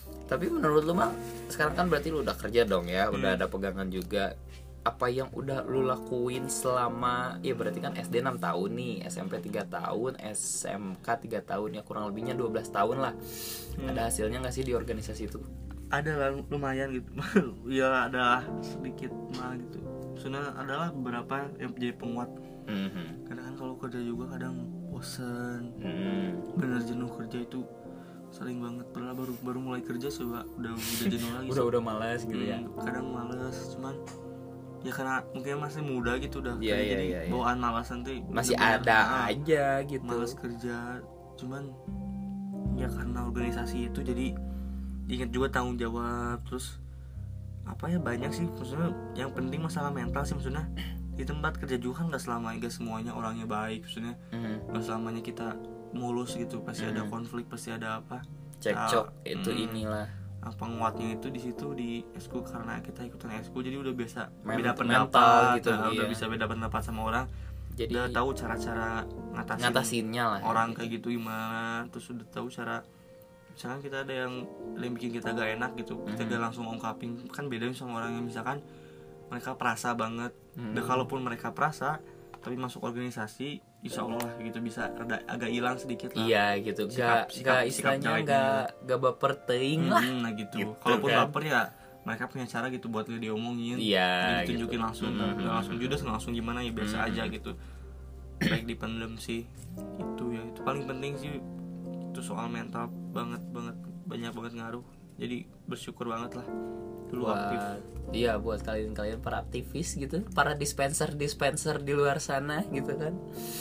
Speaker 1: Tapi menurut lu mah sekarang kan berarti lu udah kerja dong ya, udah
Speaker 2: Hmm.
Speaker 1: ada pegangan juga. Apa yang udah lu lakuin selama, ya berarti kan S D enam tahun nih, S M P tiga tahun, S M K tiga tahun, ya kurang lebihnya dua belas tahun lah.
Speaker 2: Hmm.
Speaker 1: Ada hasilnya gak sih di organisasi itu?
Speaker 2: Ada lah lumayan gitu. Ya ada sedikit mah gitu. Sebenarnya adalah beberapa yang jadi penguat.
Speaker 1: Mhm.
Speaker 2: Kadang kan kalau kerja juga kadang bosen,
Speaker 1: Hmm.
Speaker 2: bener jenuh kerja itu sering banget. Padahal baru baru mulai kerja coba udah udah jenuh lagi.
Speaker 1: Udah udah malas gitu ya.
Speaker 2: Hmm, kadang males, cuman ya karena mungkin masih muda gitu udah
Speaker 1: Iya,
Speaker 2: kerja,
Speaker 1: iya,
Speaker 2: jadi
Speaker 1: iya, iya.
Speaker 2: bawaan malasan tuh
Speaker 1: Masih
Speaker 2: bener-bener,
Speaker 1: ada
Speaker 2: ah,
Speaker 1: aja gitu.
Speaker 2: malas kerja. Cuman ya karena organisasi itu jadi ingat juga tanggung jawab. Terus apa ya, banyak sih maksudnya. Yang penting masalah mental sih maksudnya. Di tempat kerja juga kan gak selamanya, gak semuanya orangnya baik maksudnya.
Speaker 1: Mhm.
Speaker 2: Gak selamanya kita mulus gitu, pasti ada konflik, pasti ada apa
Speaker 1: Cekcok
Speaker 2: Ah,
Speaker 1: itu
Speaker 2: hmm.
Speaker 1: inilah.
Speaker 2: Nah, penguatnya itu di situ di eskul, karena kita ikutan eskul jadi udah biasa
Speaker 1: Men-
Speaker 2: beda
Speaker 1: mental
Speaker 2: pendapat
Speaker 1: gitu,
Speaker 2: nah, udah
Speaker 1: iya.
Speaker 2: bisa beda pendapat sama orang,
Speaker 1: Jadi
Speaker 2: udah tahu cara-cara ngatasin
Speaker 1: ngatasinnya lah.
Speaker 2: orang kayak gitu gimana. Terus udah tahu cara, misalkan kita ada yang ada yang bikin kita gak enak gitu, kita
Speaker 1: Mhm.
Speaker 2: gak langsung ungkapin, kan beda sama orang yang misalkan mereka perasa banget.
Speaker 1: Mhm.
Speaker 2: Dan kalaupun mereka perasa tapi masuk organisasi, insya Allah lah gitu bisa rada, agak hilang sedikit lah.
Speaker 1: Iya gitu.
Speaker 2: Sikap-
Speaker 1: Gak,
Speaker 2: sikap-
Speaker 1: gak
Speaker 2: sikap
Speaker 1: istilahnya
Speaker 2: jeleknya.
Speaker 1: gak, gak baper teing lah.
Speaker 2: Hmm, nah gitu.
Speaker 1: Gitu
Speaker 2: Kalaupun
Speaker 1: kan.
Speaker 2: baper ya mereka punya cara gitu buat gak diomongin.
Speaker 1: Iya,
Speaker 2: Jadi ditunjukin
Speaker 1: gitu.
Speaker 2: langsung,
Speaker 1: Mhm.
Speaker 2: nggak langsung judes, nggak langsung gimana ya biasa
Speaker 1: Mhm.
Speaker 2: aja gitu. Baik dipendem sih. Itu ya itu paling penting sih. Itu soal mental banget banget, banyak banget ngaruh. Jadi bersyukur banget lah dulu aktif.
Speaker 1: Buat iya buat kalian-kalian para aktivis gitu, para dispenser-dispenser di luar sana gitu kan.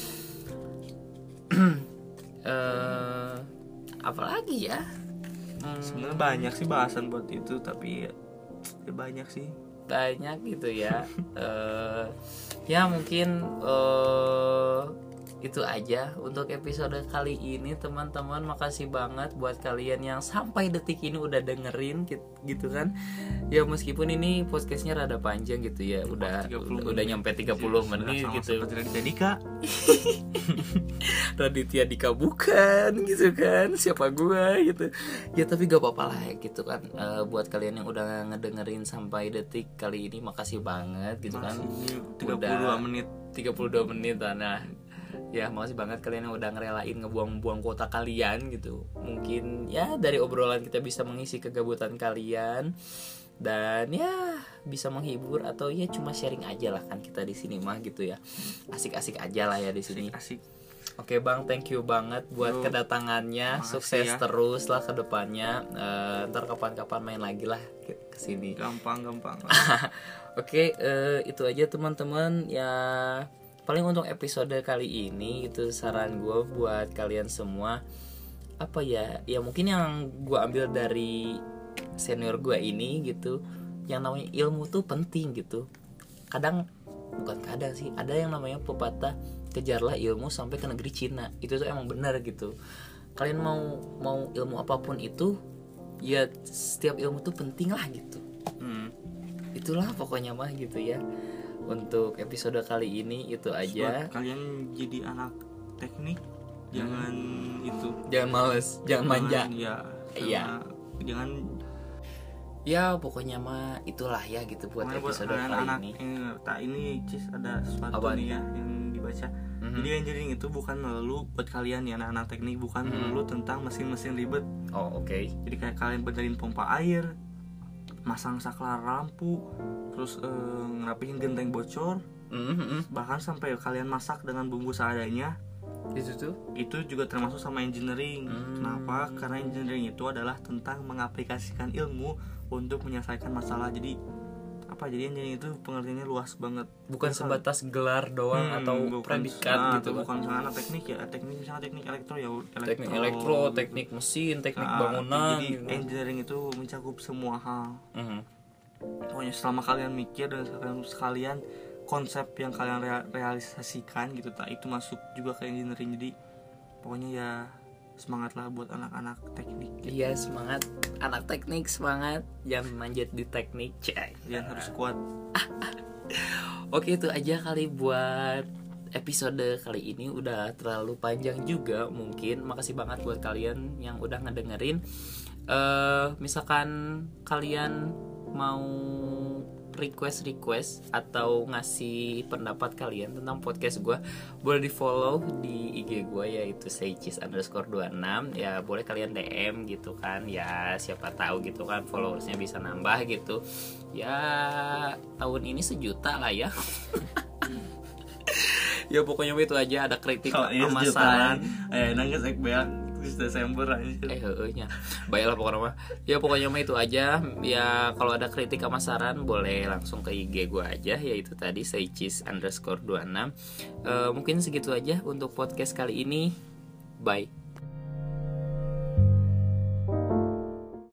Speaker 1: eh apalagi ya? Hmm,
Speaker 2: Sebenarnya banyak sih bahasan buat itu, tapi ya, ya banyak sih.
Speaker 1: banyak gitu ya. eh ya mungkin eh itu aja untuk episode kali ini teman-teman. Makasih banget buat kalian yang sampai detik ini udah dengerin gitu, gitu kan. Ya meskipun ini podcastnya rada panjang gitu ya, udah
Speaker 2: tiga puluh
Speaker 1: udah, udah
Speaker 2: menit.
Speaker 1: nyampe tiga puluh
Speaker 2: Sudah
Speaker 1: menit
Speaker 2: sama
Speaker 1: gitu.
Speaker 2: seperti Raditya Dika.
Speaker 1: Raditya Dika bukan gitu kan, siapa gua gitu ya. Tapi gak apa-apa lah gitu kan. Eh, buat kalian yang udah ngedengerin sampai detik kali ini, makasih banget gitu kan.
Speaker 2: Masih tiga puluh dua
Speaker 1: Udah
Speaker 2: menit.
Speaker 1: tiga puluh dua menit. Nah ya makasih banget kalian yang udah ngerelain ngebuang-buang kuota kalian gitu. Mungkin ya dari obrolan kita bisa mengisi kegabutan kalian, dan ya bisa menghibur atau ya cuma sharing aja lah kan kita di sini mah gitu ya. Asik-asik aja lah ya di sini.
Speaker 2: Asik.
Speaker 1: Oke Bang, thank you banget buat
Speaker 2: Yo,
Speaker 1: kedatangannya.
Speaker 2: makasih
Speaker 1: Sukses
Speaker 2: ya.
Speaker 1: terus lah ke depannya. Eh, ntar kapan-kapan main lagi lah ke ke sini.
Speaker 2: Gampang gampang.
Speaker 1: Oke, eh, itu aja teman-teman ya. Paling untuk episode kali ini itu saran gue buat kalian semua, apa ya? Ya mungkin yang gue ambil dari senior gue ini gitu, yang namanya ilmu tuh penting gitu. Kadang bukan kadang sih, ada yang namanya pepatah, kejarlah ilmu sampai ke negeri Cina. Itu tuh emang benar gitu. Kalian mau mau ilmu apapun itu, ya setiap ilmu tuh penting lah gitu.
Speaker 2: Hmm.
Speaker 1: Itulah pokoknya mah gitu ya. Untuk episode kali ini itu aja.
Speaker 2: Buat kalian jadi anak teknik, jangan itu.
Speaker 1: Jangan males, jangan manja.
Speaker 2: Ya,
Speaker 1: Iya.
Speaker 2: karena jangan
Speaker 1: Ya pokoknya mah itulah ya gitu buat
Speaker 2: Pokoknya buat
Speaker 1: episode
Speaker 2: kalian
Speaker 1: kali
Speaker 2: anak
Speaker 1: ini.
Speaker 2: ini, tak ini Cis ada sesuatu
Speaker 1: Apa
Speaker 2: nih
Speaker 1: nih?
Speaker 2: ya yang dibaca.
Speaker 1: Mhm.
Speaker 2: Jadi engineering itu bukan melulu buat kalian ya anak-anak teknik, bukan
Speaker 1: Mhm.
Speaker 2: melulu tentang mesin-mesin ribet.
Speaker 1: Oh oke.
Speaker 2: Jadi kayak kalian benerin pompa air, masang saklar lampu, terus eh, ngerapihin genteng bocor,
Speaker 1: Mhm.
Speaker 2: bahkan sampai kalian masak dengan bumbu seadanya,
Speaker 1: Itu tuh.
Speaker 2: itu juga termasuk sama engineering.
Speaker 1: Hmm.
Speaker 2: Kenapa? Karena engineering itu adalah tentang mengaplikasikan ilmu untuk menyelesaikan masalah. Jadi apa? Jadi engineering itu pengertiannya luas banget.
Speaker 1: Bukan sebatas gelar doang
Speaker 2: Hmm,
Speaker 1: atau
Speaker 2: bukan-
Speaker 1: predikat
Speaker 2: nah,
Speaker 1: gitu
Speaker 2: atau
Speaker 1: kan.
Speaker 2: bukan misalnya anak teknik ya, teknik misalnya teknik elektro ya elektro,
Speaker 1: Teknik elektro,
Speaker 2: gitu.
Speaker 1: teknik mesin, teknik
Speaker 2: Nah,
Speaker 1: bangunan
Speaker 2: jadi
Speaker 1: gitu.
Speaker 2: engineering itu mencakup semua hal.
Speaker 1: Mhm.
Speaker 2: Pokoknya selama kalian mikir dan sekalian, sekalian konsep yang kalian rea- realisasikan gitu, tak itu masuk juga ke engineering. Jadi pokoknya ya semangatlah buat anak-anak teknik gitu.
Speaker 1: Iya semangat anak teknik, semangat jangan manjat di teknik cai.
Speaker 2: Kalian harus kuat.
Speaker 1: Oke itu aja kali buat episode kali ini, udah terlalu panjang juga mungkin. Makasih banget buat kalian yang udah ngedengerin. uh, misalkan kalian mau request-request atau ngasih pendapat kalian tentang podcast gue, boleh di follow di I G gue yaitu seicis underscore dua puluh enam. Ya boleh kalian D M gitu kan, ya siapa tahu gitu kan followersnya bisa nambah gitu. Ya tahun ini sejuta lah ya. Ya pokoknya itu aja. Ada kritik sama saran
Speaker 2: eh nangis ek beak Desember aja.
Speaker 1: Eh heehnya. Baiklah pokoknya mah. Ya pokoknya mah itu aja. Ya kalau ada kritik sama saran boleh langsung ke I G gue aja, yaitu tadi seicis underscore dua puluh enam. uh, Mungkin segitu aja untuk podcast kali ini. Bye.